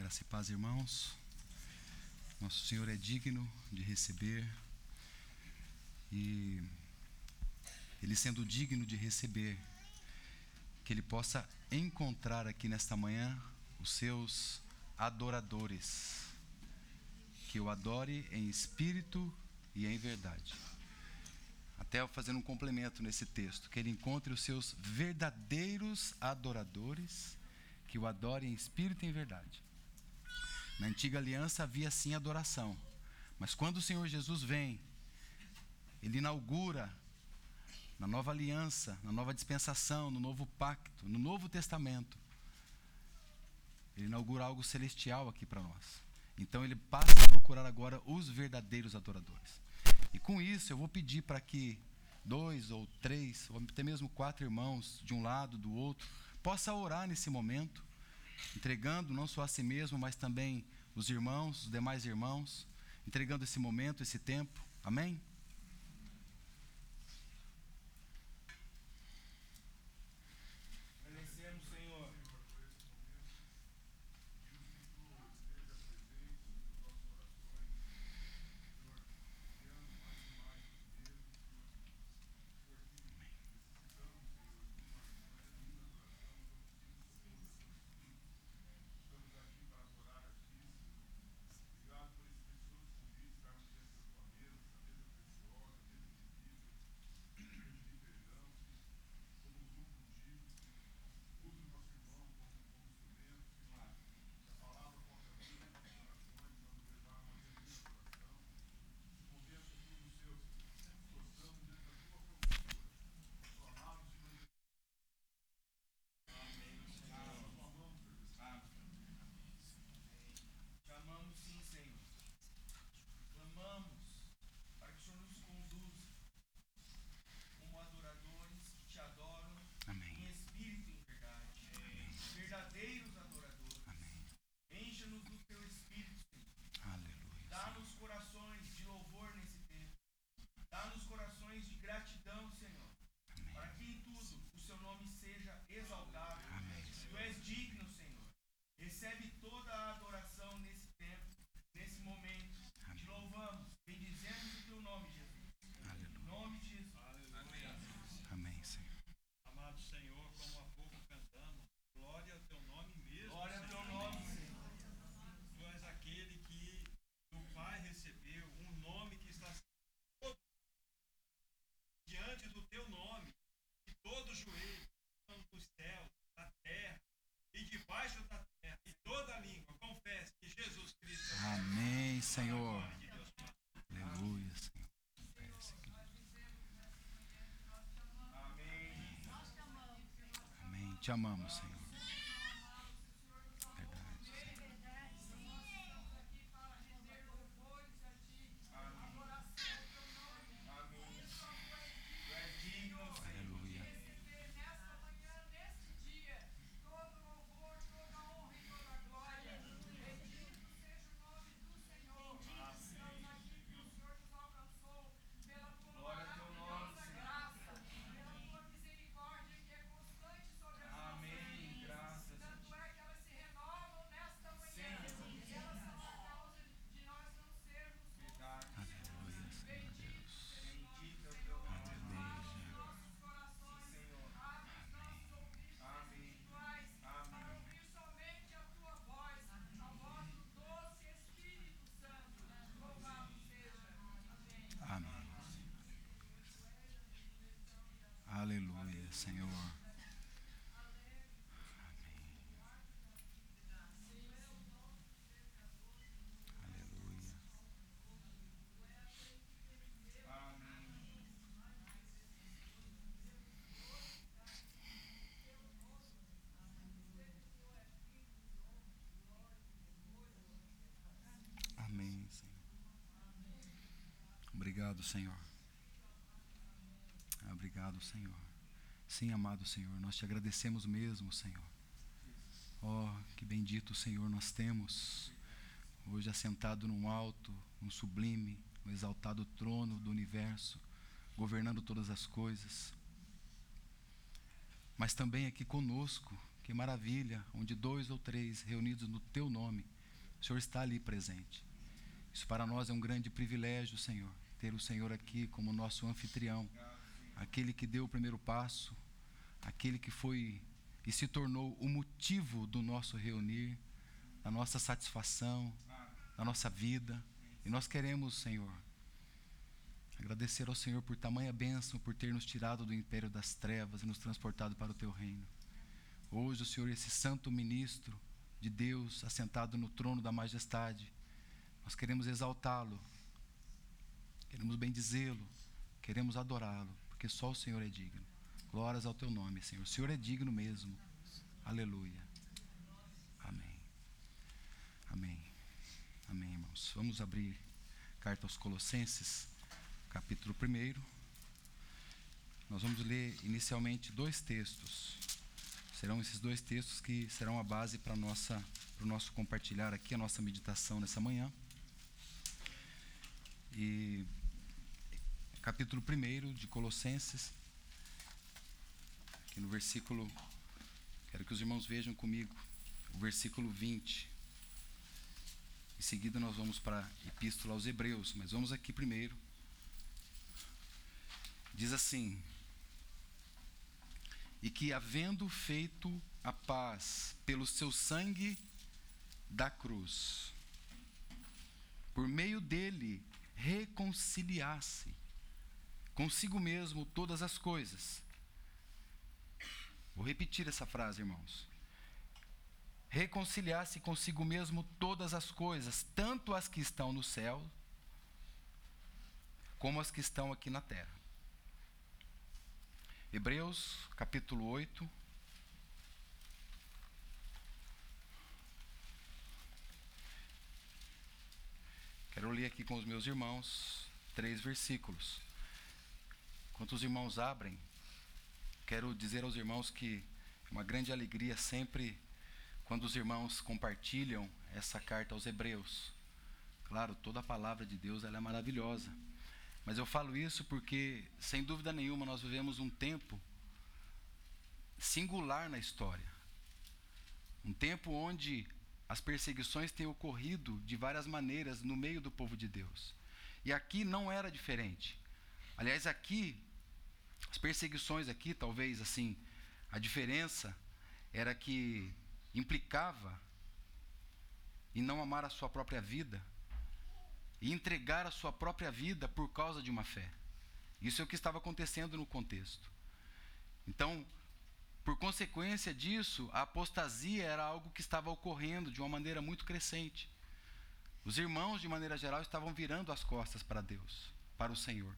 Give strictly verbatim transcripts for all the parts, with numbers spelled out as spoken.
Graça e paz, irmãos. Nosso Senhor é digno de receber, e Ele sendo digno de receber, que Ele possa encontrar aqui nesta manhã os seus adoradores, que o adore em espírito e em verdade. Até fazendo um complemento nesse texto, que Ele encontre os seus verdadeiros adoradores, que o adore em espírito e em verdade. Na antiga aliança havia sim adoração, mas quando o Senhor Jesus vem, Ele inaugura na nova aliança, na nova dispensação, no novo pacto, no novo testamento, Ele inaugura algo celestial aqui para nós. Então Ele passa a procurar agora os verdadeiros adoradores. E com isso eu vou pedir para que dois ou três, ou até mesmo quatro irmãos, de um lado, do outro, possa orar nesse momento, entregando não só a si mesmo, mas também os irmãos, os demais irmãos, entregando esse momento, esse tempo. Amém? Agradecemos, Senhor. Te amamos sim, Senhor. Clamamos para que o Senhor nos conduza como adoradores que te adoram Amém. em espírito e em verdade. Verdadeiros adoradores. Amém. Encha-nos do teu espírito, Senhor. Aleluia. Dá-nos corações de louvor nesse tempo. Dá-nos corações de gratidão, Senhor. Amém. Para que em tudo o seu nome seja exaltado. Amém. Tu és digno, Senhor. Recebe toda a adoração nesse tempo, nesse momento. Amém. Te louvamos, bendizemos o teu nome, Jesus. Em Aleluia. nome de Jesus. Amém, Senhor. Amado Senhor, como há pouco cantamos, glória ao teu nome mesmo. Glória ao teu Senhor. nome, Senhor. Tu és aquele que do Pai recebeu, um nome que está diante do teu nome, e todo joelho, dos céus, da terra e debaixo da terra, e toda língua confesse que Jesus Cristo é o Amém, Senhor. Glória de Deus Pai. Aleluia, Senhor. Amém. Amém. Te amamos, Senhor. Verdade, Senhor. Amém. Tu és digno, Senhor. Aleluia. Glória ao teu nome, Senhor. Amém. Graças a ti. Verdade. Aleluia, Senhor Deus. Bendito é o teu nome. Aleluia. Sim, Senhor. Amém. Amém. Amém. Aleluia, Senhor. Aleluia. Amém, Senhor. Obrigado, Senhor. Obrigado, Senhor. Sim, amado Senhor, nós te agradecemos mesmo, Senhor. Oh, que bendito Senhor nós temos hoje assentado num alto, num sublime, no exaltado trono do universo, governando todas as coisas. Mas também aqui conosco, que maravilha, onde dois ou três reunidos no teu nome, Senhor está ali presente. Isso para nós é um grande privilégio, Senhor, ter o Senhor aqui como nosso anfitrião, aquele que deu o primeiro passo, aquele que foi e se tornou o motivo do nosso reunir, da nossa satisfação, da nossa vida. E nós queremos, Senhor, agradecer ao Senhor por tamanha bênção, por ter nos tirado do império das trevas e nos transportado para o Teu reino. Hoje o Senhor, esse santo ministro de Deus, assentado no trono da majestade, nós queremos exaltá-lo, queremos bendizê-lo, queremos adorá-lo, porque só o Senhor é digno. Glórias ao Teu nome, Senhor. O Senhor é digno mesmo. Aleluia. Amém. Amém. Amém, irmãos. Vamos abrir a carta aos Colossenses, capítulo primeiro. Nós vamos ler inicialmente dois textos. Serão esses dois textos que serão a base para nossa, para o nosso compartilhar aqui, a nossa meditação nessa manhã. E capítulo primeiro de Colossenses, aqui no versículo, quero que os irmãos vejam comigo, o versículo vinte. Em seguida nós vamos para a Epístola aos Hebreus, mas vamos aqui primeiro. Diz assim: e que, havendo feito a paz pelo seu sangue da cruz, por meio dele reconciliasse consigo mesmo todas as coisas. Vou repetir essa frase, irmãos. Reconciliasse consigo mesmo todas as coisas, tanto as que estão no céu, como as que estão aqui na terra. Hebreus, capítulo oito. Quero ler aqui com os meus irmãos três versículos. Enquanto os irmãos abrem, quero dizer aos irmãos que é uma grande alegria sempre quando os irmãos compartilham essa carta aos Hebreus. Claro, toda a palavra de Deus ela é maravilhosa. Mas eu falo isso porque, sem dúvida nenhuma, nós vivemos um tempo singular na história. Um tempo onde as perseguições têm ocorrido de várias maneiras no meio do povo de Deus. E aqui não era diferente. Aliás, aqui, as perseguições aqui, talvez assim, a diferença era que implicava em não amar a sua própria vida e entregar a sua própria vida por causa de uma fé. Isso é o que estava acontecendo no contexto. Então, por consequência disso, a apostasia era algo que estava ocorrendo de uma maneira muito crescente. Os irmãos, de maneira geral, estavam virando as costas para Deus, para o Senhor,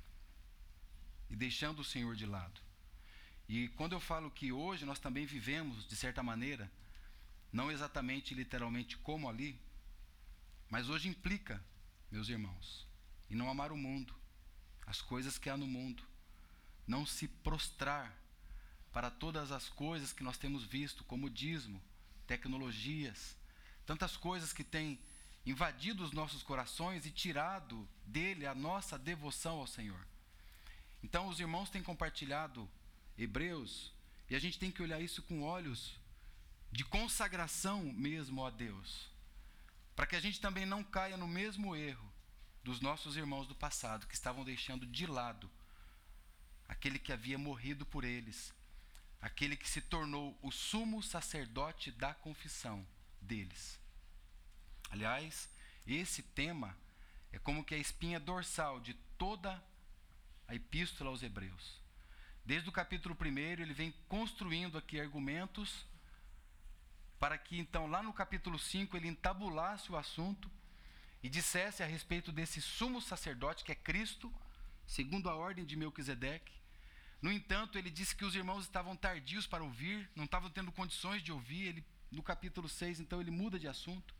e deixando o Senhor de lado. E quando eu falo que hoje nós também vivemos, de certa maneira, não exatamente literalmente como ali, mas hoje implica, meus irmãos, em não amar o mundo, as coisas que há no mundo, não se prostrar para todas as coisas que nós temos visto, como dízimo, tecnologias, tantas coisas que têm invadido os nossos corações e tirado dele a nossa devoção ao Senhor. Então os irmãos têm compartilhado Hebreus, e a gente tem que olhar isso com olhos de consagração mesmo a Deus, para que a gente também não caia no mesmo erro dos nossos irmãos do passado, que estavam deixando de lado aquele que havia morrido por eles, aquele que se tornou o sumo sacerdote da confissão deles. Aliás, esse tema é como que a espinha dorsal de toda a Epístola aos Hebreus. Desde o capítulo primeiro, ele vem construindo aqui argumentos para que então lá no capítulo cinco ele entabulasse o assunto e dissesse a respeito desse sumo sacerdote que é Cristo, segundo a ordem de Melquisedeque. No entanto, ele disse que os irmãos estavam tardios para ouvir, não estavam tendo condições de ouvir. Ele, no capítulo seis, então ele muda de assunto.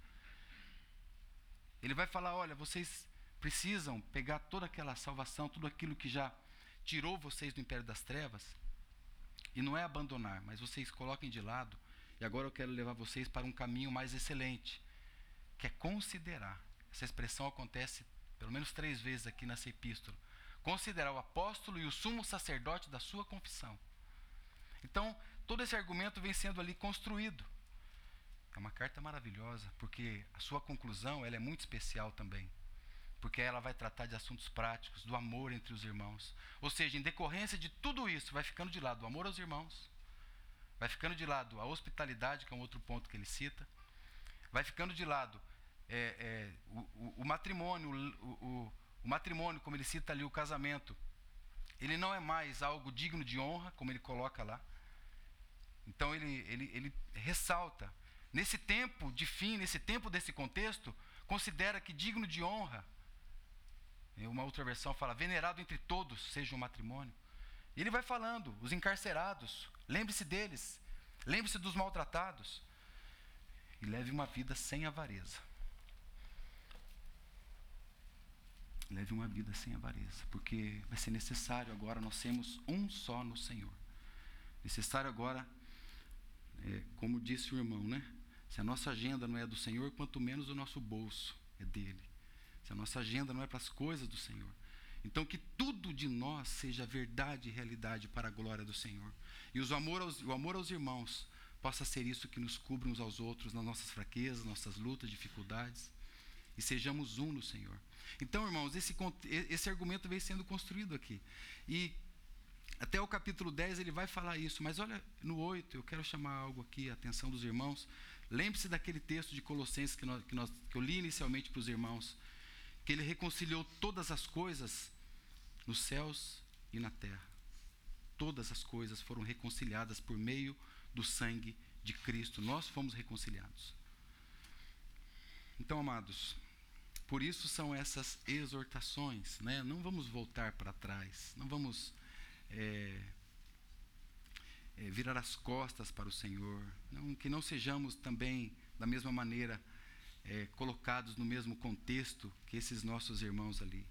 Ele vai falar, olha, vocês precisam pegar toda aquela salvação, tudo aquilo que já tirou vocês do império das trevas, e não é abandonar, mas vocês coloquem de lado. E agora eu quero levar vocês para um caminho mais excelente, que é considerar. Essa expressão acontece pelo menos três vezes aqui nessa epístola. Considerar o apóstolo e o sumo sacerdote da sua confissão. Então, todo esse argumento vem sendo ali construído. É uma carta maravilhosa, porque a sua conclusão ela é muito especial também. Porque ela vai tratar de assuntos práticos, do amor entre os irmãos. Ou seja, em decorrência de tudo isso, vai ficando de lado o amor aos irmãos, vai ficando de lado a hospitalidade, que é um outro ponto que ele cita, vai ficando de lado é, é, o, o, o matrimônio, o, o, o matrimônio, como ele cita ali, o casamento. Ele não é mais algo digno de honra, como ele coloca lá. Então ele, ele, ele ressalta, nesse tempo de fim, nesse tempo desse contexto, considera que digno de honra, uma outra versão fala, venerado entre todos seja o matrimônio. E ele vai falando, os encarcerados, lembre-se deles, lembre-se dos maltratados, e leve uma vida sem avareza. Leve uma vida sem avareza, porque vai ser necessário agora nós sermos um só no Senhor. Necessário agora, é, como disse o irmão, né? Se a nossa agenda não é do Senhor, quanto menos o nosso bolso é dele. Se a nossa agenda não é para as coisas do Senhor. Então que tudo de nós seja verdade e realidade para a glória do Senhor. E os amor aos, o amor aos irmãos possa ser isso que nos cubra uns aos outros nas nossas fraquezas, nossas lutas, dificuldades. E sejamos um no Senhor. Então, irmãos, esse, esse argumento vem sendo construído aqui. E até o capítulo dez ele vai falar isso. Mas olha, no oito, eu quero chamar algo aqui, a atenção dos irmãos. Lembre-se daquele texto de Colossenses que, nós, que, nós, que eu li inicialmente para os irmãos. Que ele reconciliou todas as coisas nos céus e na terra. Todas as coisas foram reconciliadas por meio do sangue de Cristo. Nós fomos reconciliados. Então, amados, por isso são essas exortações, né? Não vamos voltar para trás, não vamos é, é, virar as costas para o Senhor, não, que não sejamos também, da mesma maneira, é, colocados no mesmo contexto que esses nossos irmãos ali.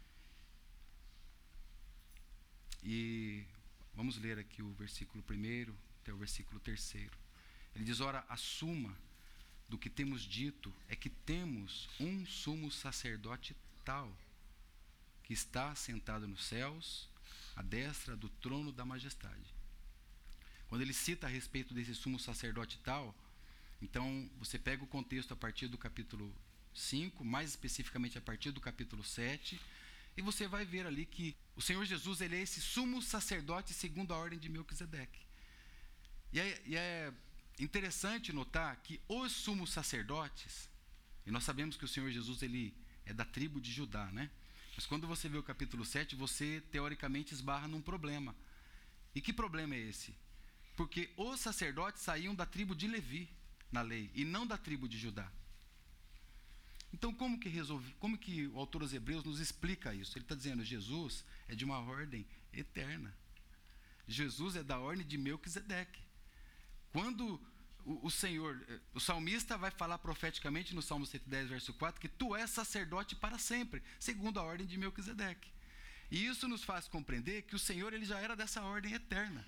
E vamos ler aqui o versículo primeiro até o versículo terceiro. Ele diz, ora, a suma do que temos dito é que temos um sumo sacerdote tal, que está sentado nos céus, à destra do trono da majestade. Quando ele cita a respeito desse sumo sacerdote tal, então você pega o contexto a partir do capítulo cinco, mais especificamente a partir do capítulo sete, e você vai ver ali que o Senhor Jesus, ele é esse sumo sacerdote segundo a ordem de Melquisedeque. E é, e é interessante notar que os sumos sacerdotes, e nós sabemos que o Senhor Jesus ele é da tribo de Judá, né? Mas quando você vê o capítulo sete, você teoricamente esbarra num problema. E que problema é esse? Porque os sacerdotes saíam da tribo de Levi na lei, e não da tribo de Judá. Então como que, resolve, como que o autor aos Hebreus nos explica isso? Ele está dizendo, Jesus é de uma ordem eterna. Jesus é da ordem de Melquisedeque. Quando o, o Senhor, o salmista vai falar profeticamente no Salmo cento e dez, verso quatro, que tu és sacerdote para sempre, segundo a ordem de Melquisedeque. E isso nos faz compreender que o Senhor ele já era dessa ordem eterna.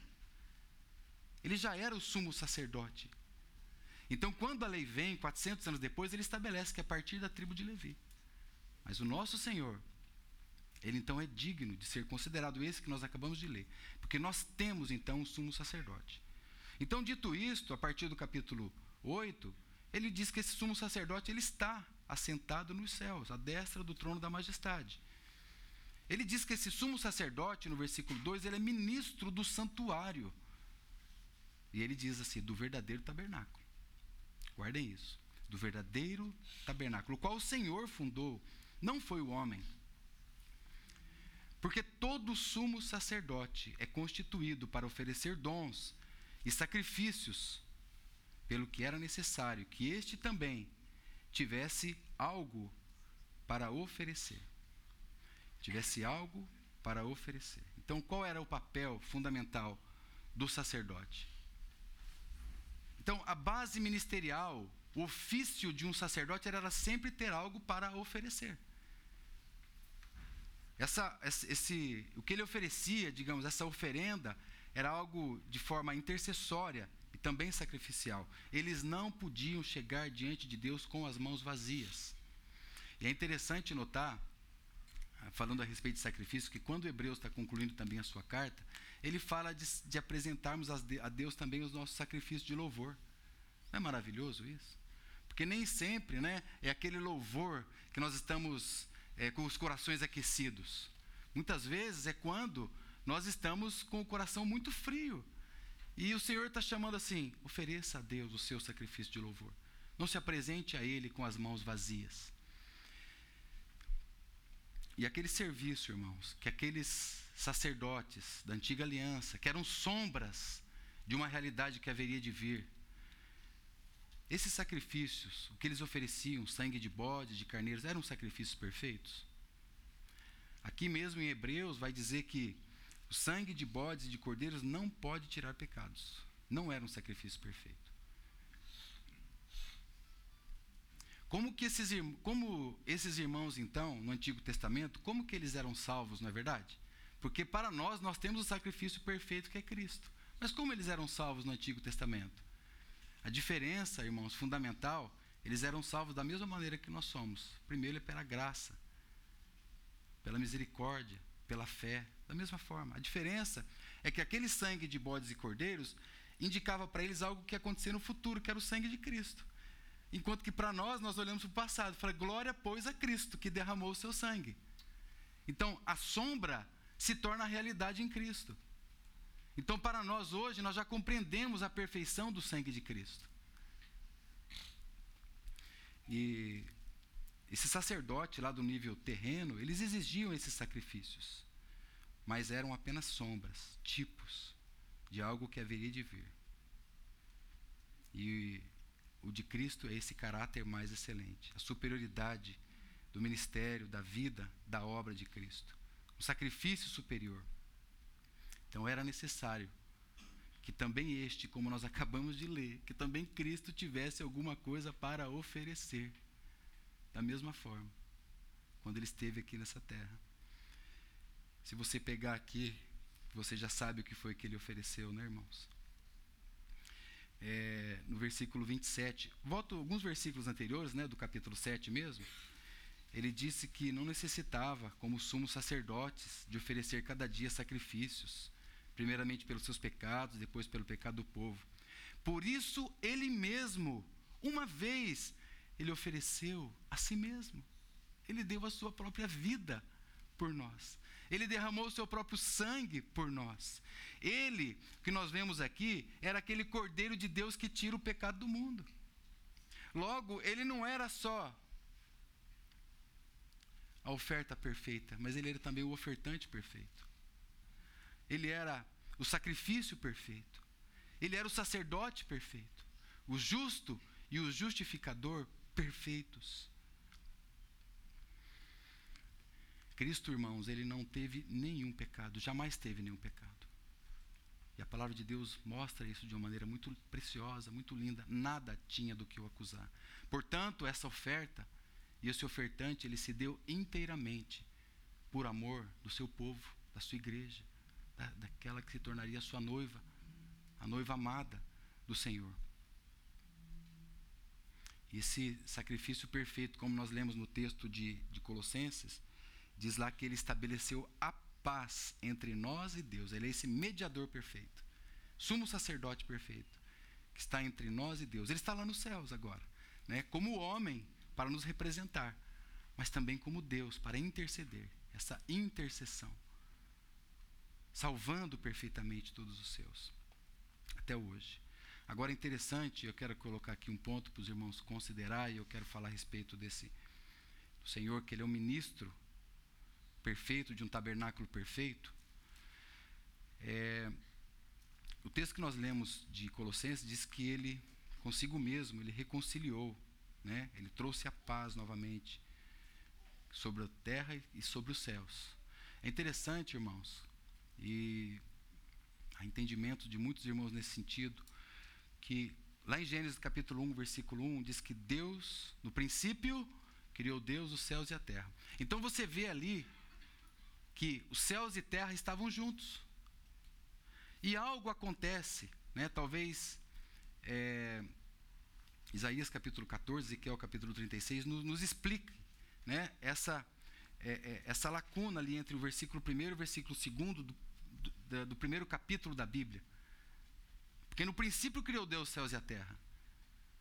Ele já era o sumo sacerdote. Então, quando a lei vem, quatrocentos anos depois, ele estabelece que é a partir da tribo de Levi. Mas o nosso Senhor, ele então é digno de ser considerado esse que nós acabamos de ler. Porque nós temos então um sumo sacerdote. Então, dito isto, a partir do capítulo oito, ele diz que esse sumo sacerdote ele está assentado nos céus, à destra do trono da majestade. Ele diz que esse sumo sacerdote, no versículo dois, ele é ministro do santuário. E ele diz assim, do verdadeiro tabernáculo. Guardem isso. Do verdadeiro tabernáculo, o qual o Senhor fundou, não foi o homem. Porque todo sumo sacerdote é constituído para oferecer dons e sacrifícios, pelo que era necessário que este também tivesse algo para oferecer. Tivesse algo para oferecer. Então, qual era o papel fundamental do sacerdote? Então, a base ministerial, o ofício de um sacerdote era sempre ter algo para oferecer. Essa, esse, o que ele oferecia, digamos, essa oferenda, era algo de forma intercessória e também sacrificial. Eles não podiam chegar diante de Deus com as mãos vazias. E é interessante notar, falando a respeito de sacrifício, que quando o Hebreus está concluindo também a sua carta, ele fala de, de apresentarmos a Deus também os nossos sacrifícios de louvor. Não é maravilhoso isso? Porque nem sempre, né, é aquele louvor que nós estamos é, com os corações aquecidos. Muitas vezes é quando nós estamos com o coração muito frio. E o Senhor está chamando assim: ofereça a Deus o seu sacrifício de louvor. Não se apresente a Ele com as mãos vazias. E aquele serviço, irmãos, que aqueles sacerdotes da antiga aliança, que eram sombras de uma realidade que haveria de vir, esses sacrifícios, o que eles ofereciam, sangue de bode, de carneiros, eram sacrifícios perfeitos? Aqui mesmo em Hebreus vai dizer que o sangue de bodes e de cordeiros não pode tirar pecados. Não era um sacrifício perfeito. Como que esses, como esses irmãos, então, no Antigo Testamento, como que eles eram salvos, não é verdade? Porque para nós, nós temos o sacrifício perfeito que é Cristo. Mas como eles eram salvos no Antigo Testamento? A diferença, irmãos, fundamental, eles eram salvos da mesma maneira que nós somos. Primeiro é pela graça, pela misericórdia, pela fé, da mesma forma. A diferença é que aquele sangue de bodes e cordeiros indicava para eles algo que ia acontecer no futuro, que era o sangue de Cristo. Enquanto que para nós, nós olhamos para o passado, fala: glória, pois, a Cristo, que derramou o seu sangue. Então, a sombra se torna a realidade em Cristo. Então, para nós hoje, nós já compreendemos a perfeição do sangue de Cristo. E esse sacerdote lá do nível terreno, eles exigiam esses sacrifícios, mas eram apenas sombras, tipos de algo que haveria de vir. E o de Cristo é esse caráter mais excelente, a superioridade do ministério, da vida, da obra de Cristo, um sacrifício superior. Então era necessário que também este, como nós acabamos de ler, que também Cristo tivesse alguma coisa para oferecer. Da mesma forma, quando ele esteve aqui nessa terra. Se você pegar aqui, você já sabe o que foi que ele ofereceu, né, irmãos? É, no versículo vinte e sete, volto alguns versículos anteriores, né, do capítulo sete mesmo. Ele disse que não necessitava, como sumos sacerdotes, de oferecer cada dia sacrifícios, primeiramente pelos seus pecados, depois pelo pecado do povo. Por isso, ele mesmo, uma vez, ele ofereceu a si mesmo. Ele deu a sua própria vida por nós. Ele derramou o seu próprio sangue por nós. Ele, que nós vemos aqui, era aquele Cordeiro de Deus que tira o pecado do mundo. Logo, ele não era só a oferta perfeita, mas ele era também o ofertante perfeito. Ele era o sacrifício perfeito. Ele era o sacerdote perfeito. O justo e o justificador perfeitos. Cristo, irmãos, ele não teve nenhum pecado, jamais teve nenhum pecado. E a palavra de Deus mostra isso de uma maneira muito preciosa, muito linda. Nada tinha do que o acusar. Portanto, essa oferta e esse ofertante, ele se deu inteiramente por amor do seu povo, da sua igreja, da, daquela que se tornaria a sua noiva, a noiva amada do Senhor. E esse sacrifício perfeito, como nós lemos no texto de, de Colossenses, diz lá que ele estabeleceu a paz entre nós e Deus. Ele é esse mediador perfeito, sumo sacerdote perfeito, que está entre nós e Deus. Ele está lá nos céus agora, né, como homem, para nos representar, mas também como Deus, para interceder, essa intercessão, salvando perfeitamente todos os seus, até hoje. Agora é interessante, eu quero colocar aqui um ponto para os irmãos considerar, e eu quero falar a respeito desse do Senhor, que ele é um ministro perfeito, de um tabernáculo perfeito. É, o texto que nós lemos de Colossenses diz que ele, consigo mesmo, ele reconciliou, né? Ele trouxe a paz novamente sobre a terra e sobre os céus. É interessante, irmãos, e há entendimento de muitos irmãos nesse sentido, que lá em Gênesis capítulo um, versículo um, diz que Deus, no princípio, criou Deus os céus e a terra. Então você vê ali que os céus e terra estavam juntos. E algo acontece, né? Talvez é, Isaías capítulo catorze, Ezequiel capítulo trinta e seis, nos, nos explique, né? essa, é, é, essa lacuna ali entre o versículo primeiro e o versículo segundo do, do, do primeiro capítulo da Bíblia. Porque no princípio criou Deus os céus e a terra.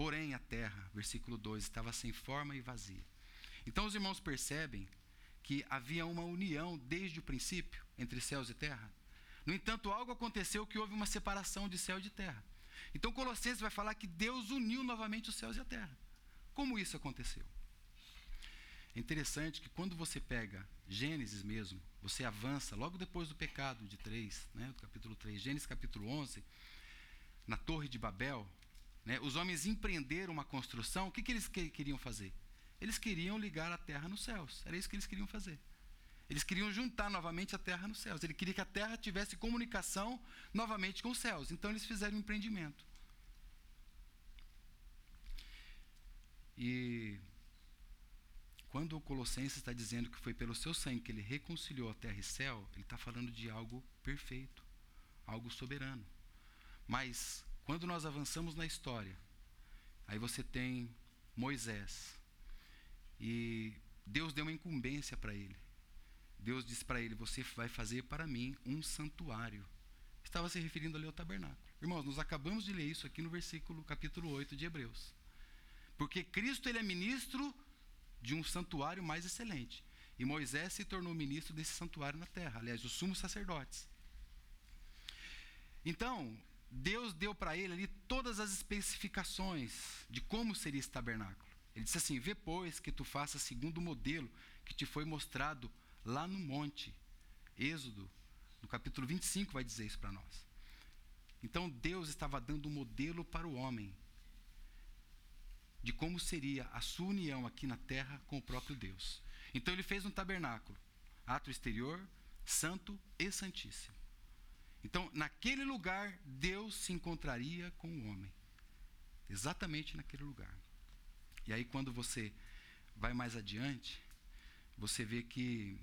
Porém, a terra, versículo dois, estava sem forma e vazia. Então, os irmãos percebem que havia uma união desde o princípio entre céus e terra. No entanto, algo aconteceu que houve uma separação de céu e de terra. Então, Colossenses vai falar que Deus uniu novamente os céus e a terra. Como isso aconteceu? É interessante que quando você pega Gênesis mesmo, você avança logo depois do pecado de três, né, do capítulo três, Gênesis capítulo onze, na Torre de Babel, né, os homens empreenderam uma construção. O que, que eles que, queriam fazer? Eles queriam ligar a terra nos céus. Era isso que eles queriam fazer. Eles queriam juntar novamente a terra nos céus. Ele queria que a terra tivesse comunicação novamente com os céus. Então eles fizeram um empreendimento. E quando o Colossenses está dizendo que foi pelo seu sangue que ele reconciliou a terra e céu, ele está falando de algo perfeito, algo soberano. Mas quando nós avançamos na história, aí você tem Moisés, e Deus deu uma incumbência para ele. Deus disse para ele: você vai fazer para mim um santuário. Estava se referindo ali ao tabernáculo. Irmãos, nós acabamos de ler isso aqui no versículo, capítulo oito de Hebreus. Porque Cristo, ele é ministro de um santuário mais excelente. E Moisés se tornou ministro desse santuário na terra. Aliás, os sumos sacerdotes. Então, Deus deu para ele ali todas as especificações de como seria esse tabernáculo. Ele disse assim: vê, pois, que tu faças segundo o modelo que te foi mostrado lá no monte. Êxodo, no capítulo vinte e cinco, vai dizer isso para nós. Então, Deus estava dando um modelo para o homem de como seria a sua união aqui na terra com o próprio Deus. Então, ele fez um tabernáculo, átrio exterior, santo e santíssimo. Então, naquele lugar, Deus se encontraria com o homem. Exatamente naquele lugar. E aí, quando você vai mais adiante, você vê que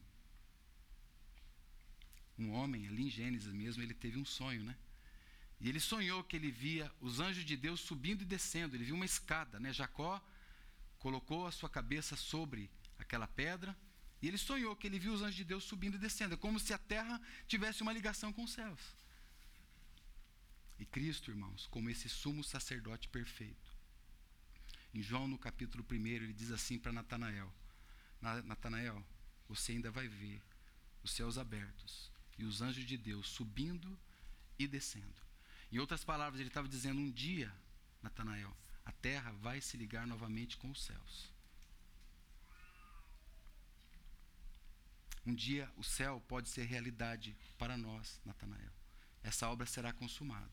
um homem, ali em Gênesis mesmo, ele teve um sonho, né? E ele sonhou que ele via os anjos de Deus subindo e descendo. Ele viu uma escada, né? Jacó colocou a sua cabeça sobre aquela pedra, e ele sonhou que ele viu os anjos de Deus subindo e descendo. É como se a terra tivesse uma ligação com os céus. E Cristo, irmãos, como esse sumo sacerdote perfeito. Em João, no capítulo primeiro, ele diz assim para Natanael: Natanael, você ainda vai ver os céus abertos e os anjos de Deus subindo e descendo. Em outras palavras, ele estava dizendo: um dia, Natanael, a terra vai se ligar novamente com os céus. Um dia o céu pode ser realidade para nós, Natanael. Essa obra será consumada.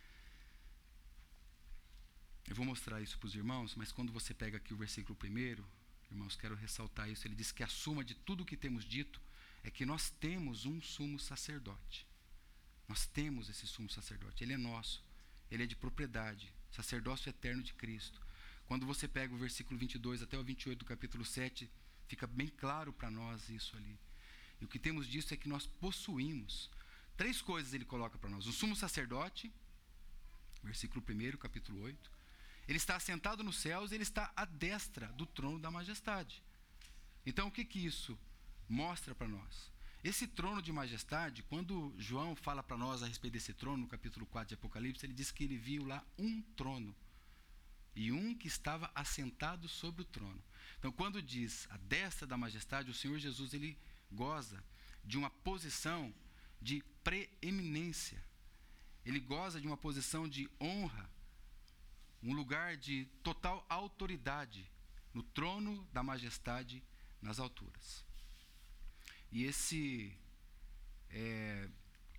Eu vou mostrar isso para os irmãos, mas quando você pega aqui o versículo primeiro, irmãos, quero ressaltar isso. Ele diz que a suma de tudo o que temos dito é que nós temos um sumo sacerdote. Nós temos esse sumo sacerdote. Ele é nosso. Ele é de propriedade. Sacerdócio eterno de Cristo. Quando você pega o versículo vinte e dois até o vinte e oito do capítulo sete, fica bem claro para nós isso ali. E o que temos disso é que nós possuímos. Três coisas ele coloca para nós. O sumo sacerdote, versículo primeiro, capítulo oito. Ele está assentado nos céus, ele está à destra do trono da majestade. Então, o que que isso mostra para nós? Esse trono de majestade, quando João fala para nós a respeito desse trono, no capítulo quatro de Apocalipse, ele diz que ele viu lá um trono. E um que estava assentado sobre o trono. Então, quando diz a destra da majestade, o Senhor Jesus, ele goza de uma posição de preeminência. Ele goza de uma posição de honra, um lugar de total autoridade no trono da majestade nas alturas. E esse é,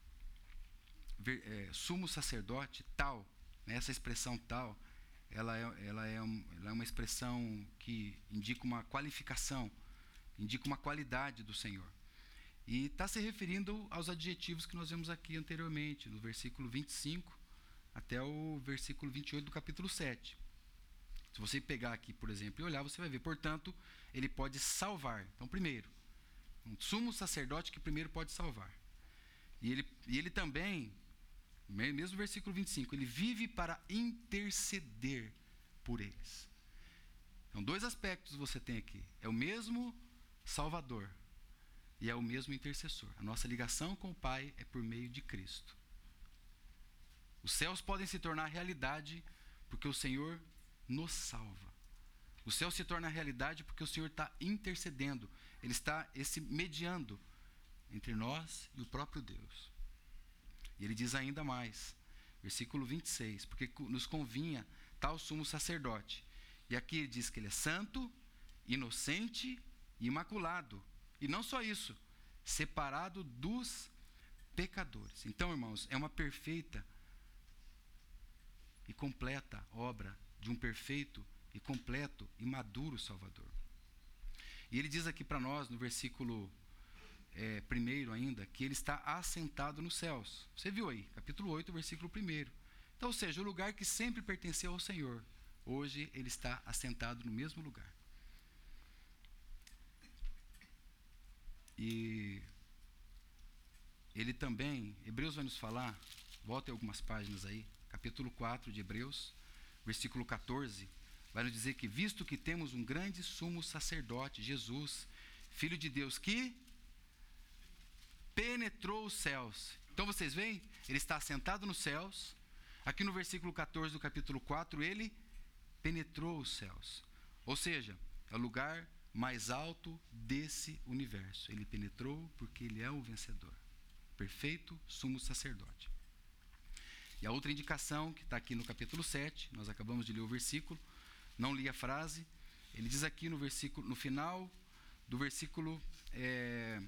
ver, é, sumo sacerdote tal, né, essa expressão tal, ela é, ela, é um, ela é uma expressão que indica uma qualificação, indica uma qualidade do Senhor. E está se referindo aos adjetivos que nós vemos aqui anteriormente, no versículo vinte e cinco até o versículo vinte e oito do capítulo sete. Se você pegar aqui, por exemplo, e olhar, você vai ver, portanto, ele pode salvar. Então, primeiro, um sumo sacerdote que primeiro pode salvar. E ele, e ele também, mesmo versículo vinte e cinco, ele vive para interceder por eles. Então, dois aspectos você tem aqui. É o mesmo Salvador e é o mesmo intercessor. A nossa ligação com o Pai é por meio de Cristo. Os céus podem se tornar realidade porque o Senhor nos salva. O céu se torna realidade porque o Senhor está intercedendo. Ele está esse mediando entre nós e o próprio Deus. E ele diz ainda mais, versículo vinte e seis, porque nos convinha tal sumo sacerdote. E aqui ele diz que ele é santo, inocente e imaculado. E não só isso, separado dos pecadores. Então, irmãos, é uma perfeita e completa obra de um perfeito e completo e maduro Salvador. E ele diz aqui para nós, no versículo é, primeiro ainda, que ele está assentado nos céus. Você viu aí, capítulo oito, versículo primeiro. Então, ou seja, o lugar que sempre pertenceu ao Senhor, hoje ele está assentado no mesmo lugar. E ele também, Hebreus vai nos falar, volta algumas páginas aí, capítulo quatro de Hebreus, versículo catorze, vai nos dizer que, visto que temos um grande sumo sacerdote, Jesus, Filho de Deus, que penetrou os céus. Então vocês veem, ele está assentado nos céus. Aqui no versículo catorze do capítulo quatro, ele penetrou os céus. Ou seja, é o lugar mais alto desse universo. Ele penetrou porque ele é o vencedor. Perfeito sumo sacerdote. E a outra indicação, que está aqui no capítulo sete, nós acabamos de ler o versículo, não li a frase, ele diz aqui no versículo, no final do versículo, é,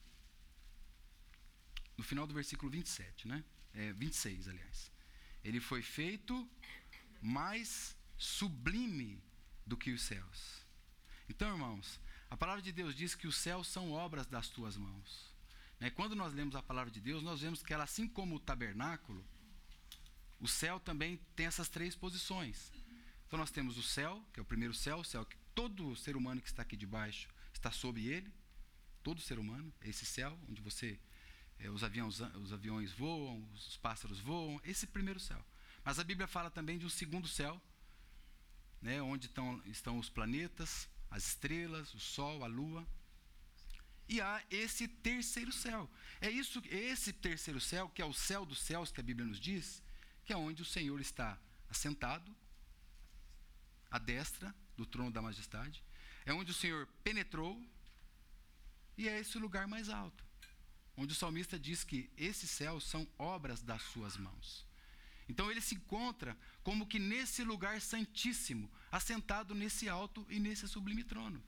no final do versículo vinte e sete, né? É, vinte e seis, aliás. Ele foi feito mais sublime do que os céus. Então, irmãos, a palavra de Deus diz que os céus são obras das tuas mãos. Né? Quando nós lemos a palavra de Deus, nós vemos que ela, assim como o tabernáculo, o céu também tem essas três posições. Então nós temos o céu, que é o primeiro céu, o céu que todo ser humano que está aqui debaixo está sob ele, todo ser humano, esse céu, onde você, é, os, aviões, os aviões voam, os pássaros voam, esse primeiro céu. Mas a Bíblia fala também de um segundo céu, né, onde estão, estão os planetas, as estrelas, o sol, a lua. E há esse terceiro céu. É isso, esse terceiro céu, que é o céu dos céus, que a Bíblia nos diz, que é onde o Senhor está assentado, à destra do trono da majestade. É onde o Senhor penetrou, e é esse o lugar mais alto, onde o salmista diz que esses céus são obras das suas mãos. Então ele se encontra como que nesse lugar santíssimo, assentado nesse alto e nesse sublime trono.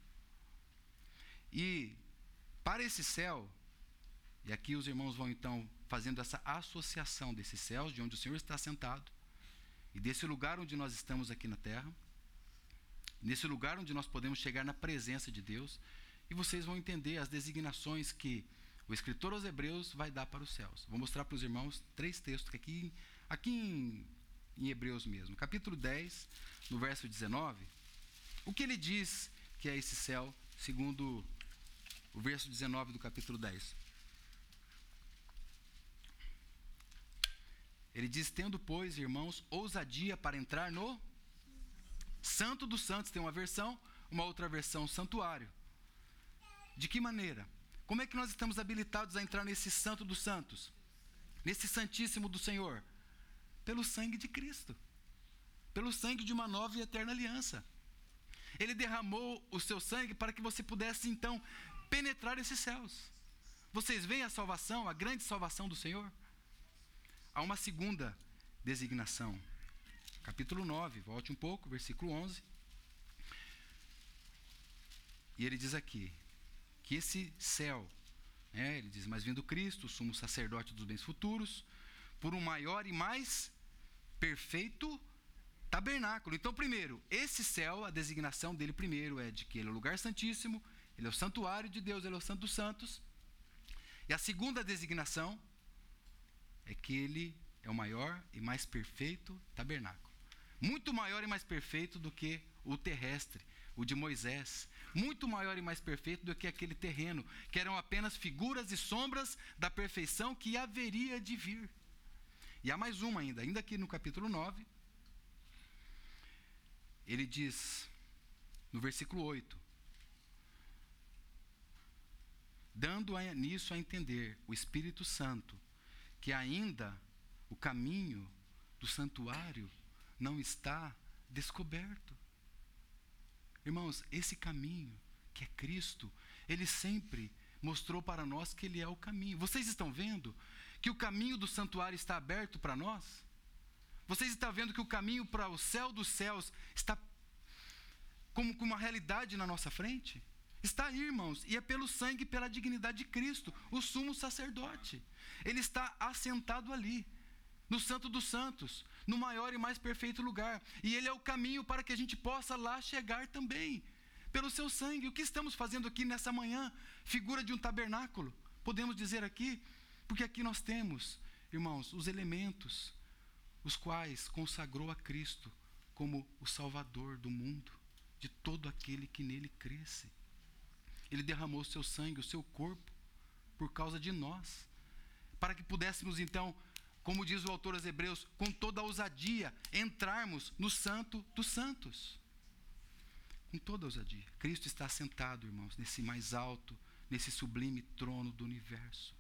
E para esse céu, e aqui os irmãos vão então fazendo essa associação desses céus, de onde o Senhor está sentado, e desse lugar onde nós estamos aqui na terra, nesse lugar onde nós podemos chegar na presença de Deus, e vocês vão entender as designações que o escritor aos Hebreus vai dar para os céus. Vou mostrar para os irmãos três textos aqui, aqui em, em Hebreus mesmo. Capítulo dez, no verso dezenove, o que ele diz que é esse céu, segundo o verso dezenove do capítulo dez. Ele diz, tendo, pois, irmãos, ousadia para entrar no Santo dos Santos. Tem uma versão, uma outra versão, santuário. De que maneira? Como é que nós estamos habilitados a entrar nesse Santo dos Santos? Nesse Santíssimo do Senhor? Pelo sangue de Cristo. Pelo sangue de uma nova e eterna aliança. Ele derramou o seu sangue para que você pudesse, então, penetrar esses céus. Vocês veem a salvação, a grande salvação do Senhor? Há uma segunda designação. Capítulo nove, volte um pouco, versículo onze. E ele diz aqui, que esse céu, né, ele diz, mas vindo Cristo, sumo sacerdote dos bens futuros, por um maior e mais perfeito tabernáculo. Então, primeiro, esse céu, a designação dele primeiro é de que ele é o lugar santíssimo, ele é o santuário de Deus, ele é o santo dos santos. E a segunda designação é que ele é o maior e mais perfeito tabernáculo. Muito maior e mais perfeito do que o terrestre, o de Moisés. Muito maior e mais perfeito do que aquele terreno, que eram apenas figuras e sombras da perfeição que haveria de vir. E há mais uma ainda, ainda aqui no capítulo nove, ele diz, no versículo oito, dando a, nisso a entender o Espírito Santo, que ainda o caminho do santuário não está descoberto. Irmãos, esse caminho que é Cristo, Ele sempre mostrou para nós que Ele é o caminho. Vocês estão vendo que o caminho do santuário está aberto para nós? Vocês estão vendo que o caminho para o céu dos céus está como uma realidade na nossa frente? Está aí, irmãos, e é pelo sangue e pela dignidade de Cristo, o sumo sacerdote. Ele está assentado ali, no Santo dos Santos, no maior e mais perfeito lugar. E Ele é o caminho para que a gente possa lá chegar também, pelo seu sangue. O que estamos fazendo aqui nessa manhã? Figura de um tabernáculo, podemos dizer aqui, porque aqui nós temos, irmãos, os elementos, os quais consagrou a Cristo como o Salvador do mundo, de todo aquele que nele cresce. Ele derramou o seu sangue, o seu corpo, por causa de nós, para que pudéssemos então, como diz o autor aos Hebreus, com toda a ousadia, entrarmos no Santo dos Santos. Com toda a ousadia. Cristo está sentado, irmãos, nesse mais alto, nesse sublime trono do universo.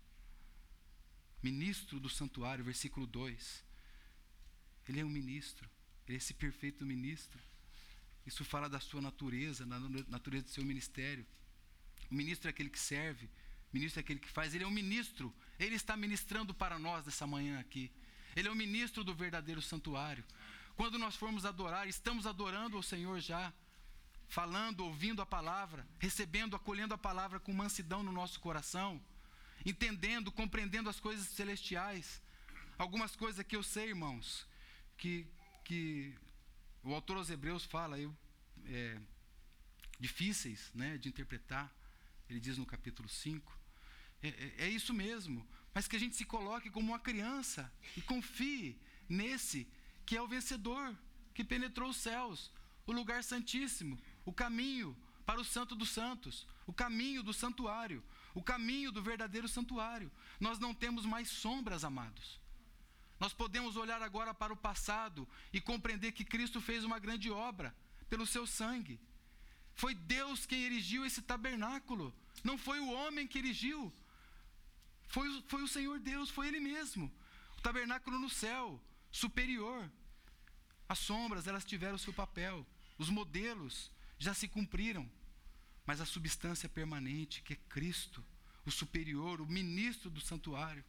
Ministro do santuário, versículo dois. Ele é um ministro, ele é esse perfeito ministro. Isso fala da sua natureza, da natureza do seu ministério. O ministro é aquele que serve, o ministro é aquele que faz. Ele é um ministro, ele está ministrando para nós nessa manhã aqui. Ele é o ministro do verdadeiro santuário. Quando nós formos adorar, estamos adorando ao Senhor já, falando, ouvindo a palavra, recebendo, acolhendo a palavra com mansidão no nosso coração, entendendo, compreendendo as coisas celestiais. Algumas coisas que eu sei, irmãos, que, que o autor aos Hebreus fala, eu, é, difíceis, né, de interpretar. Ele diz no capítulo cinco, é, é, é isso mesmo, mas que a gente se coloque como uma criança e confie nesse que é o vencedor, que penetrou os céus, o lugar santíssimo, o caminho para o Santo dos Santos, o caminho do santuário, o caminho do verdadeiro santuário. Nós não temos mais sombras, amados. Nós podemos olhar agora para o passado e compreender que Cristo fez uma grande obra pelo seu sangue. Foi Deus quem erigiu esse tabernáculo, não foi o homem que erigiu, foi, foi o Senhor Deus, foi Ele mesmo. O tabernáculo no céu, superior. As sombras, elas tiveram o seu papel, os modelos já se cumpriram, mas a substância permanente, que é Cristo, o superior, o ministro do santuário,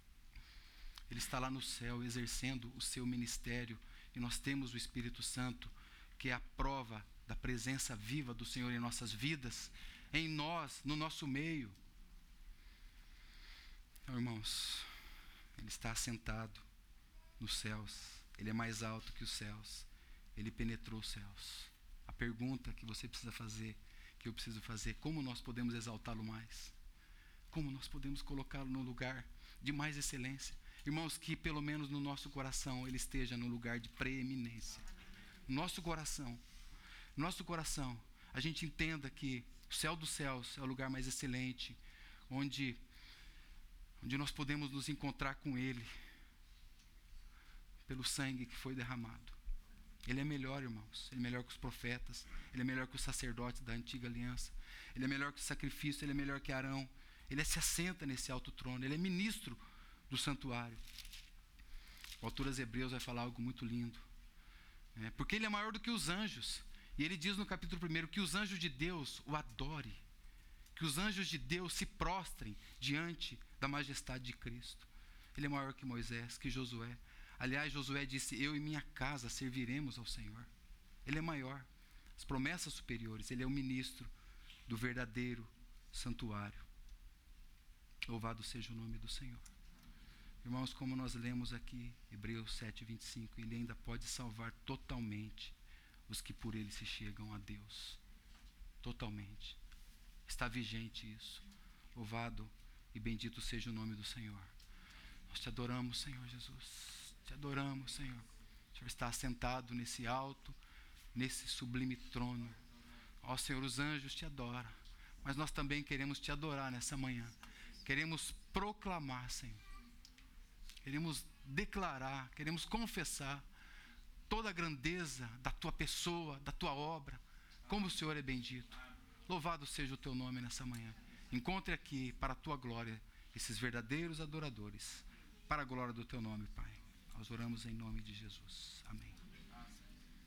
Ele está lá no céu exercendo o seu ministério, e nós temos o Espírito Santo, que é a prova da presença viva do Senhor em nossas vidas, em nós, no nosso meio. Então, irmãos, Ele está assentado nos céus, Ele é mais alto que os céus, Ele penetrou os céus. A pergunta que você precisa fazer, que eu preciso fazer, como nós podemos exaltá-lo mais? Como nós podemos colocá-lo no lugar de mais excelência? Irmãos, que pelo menos no nosso coração Ele esteja no lugar de preeminência. Nosso coração, nosso coração, a gente entenda que o céu dos céus é o lugar mais excelente, onde, onde nós podemos nos encontrar com Ele, pelo sangue que foi derramado. Ele é melhor, irmãos, Ele é melhor que os profetas, Ele é melhor que os sacerdotes da antiga aliança, Ele é melhor que o sacrifício, Ele é melhor que Arão, Ele se assenta nesse alto trono, Ele é ministro do santuário. O autor aos Hebreus vai falar algo muito lindo, né? Porque Ele é maior do que os anjos, e ele diz no capítulo primeiro que os anjos de Deus o adorem, que os anjos de Deus se prostrem diante da majestade de Cristo. Ele é maior que Moisés, que Josué. Aliás, Josué disse, eu e minha casa serviremos ao Senhor. Ele é maior, as promessas superiores, Ele é o ministro do verdadeiro santuário. Louvado seja o nome do Senhor. Irmãos, como nós lemos aqui, Hebreus sete, vinte e cinco, Ele ainda pode salvar totalmente os que por Ele se chegam a Deus. Totalmente. Está vigente isso. Louvado e bendito seja o nome do Senhor. Nós te adoramos, Senhor Jesus. Te adoramos, Senhor. O Senhor está assentado nesse alto, nesse sublime trono. Ó Senhor, os anjos te adoram, mas nós também queremos te adorar nessa manhã. Queremos proclamar, Senhor. Queremos declarar, queremos confessar toda a grandeza da tua pessoa, da tua obra, como o Senhor é bendito. Louvado seja o teu nome nessa manhã. Encontre aqui, para a tua glória, esses verdadeiros adoradores, para a glória do teu nome, Pai. Nós oramos em nome de Jesus. Amém.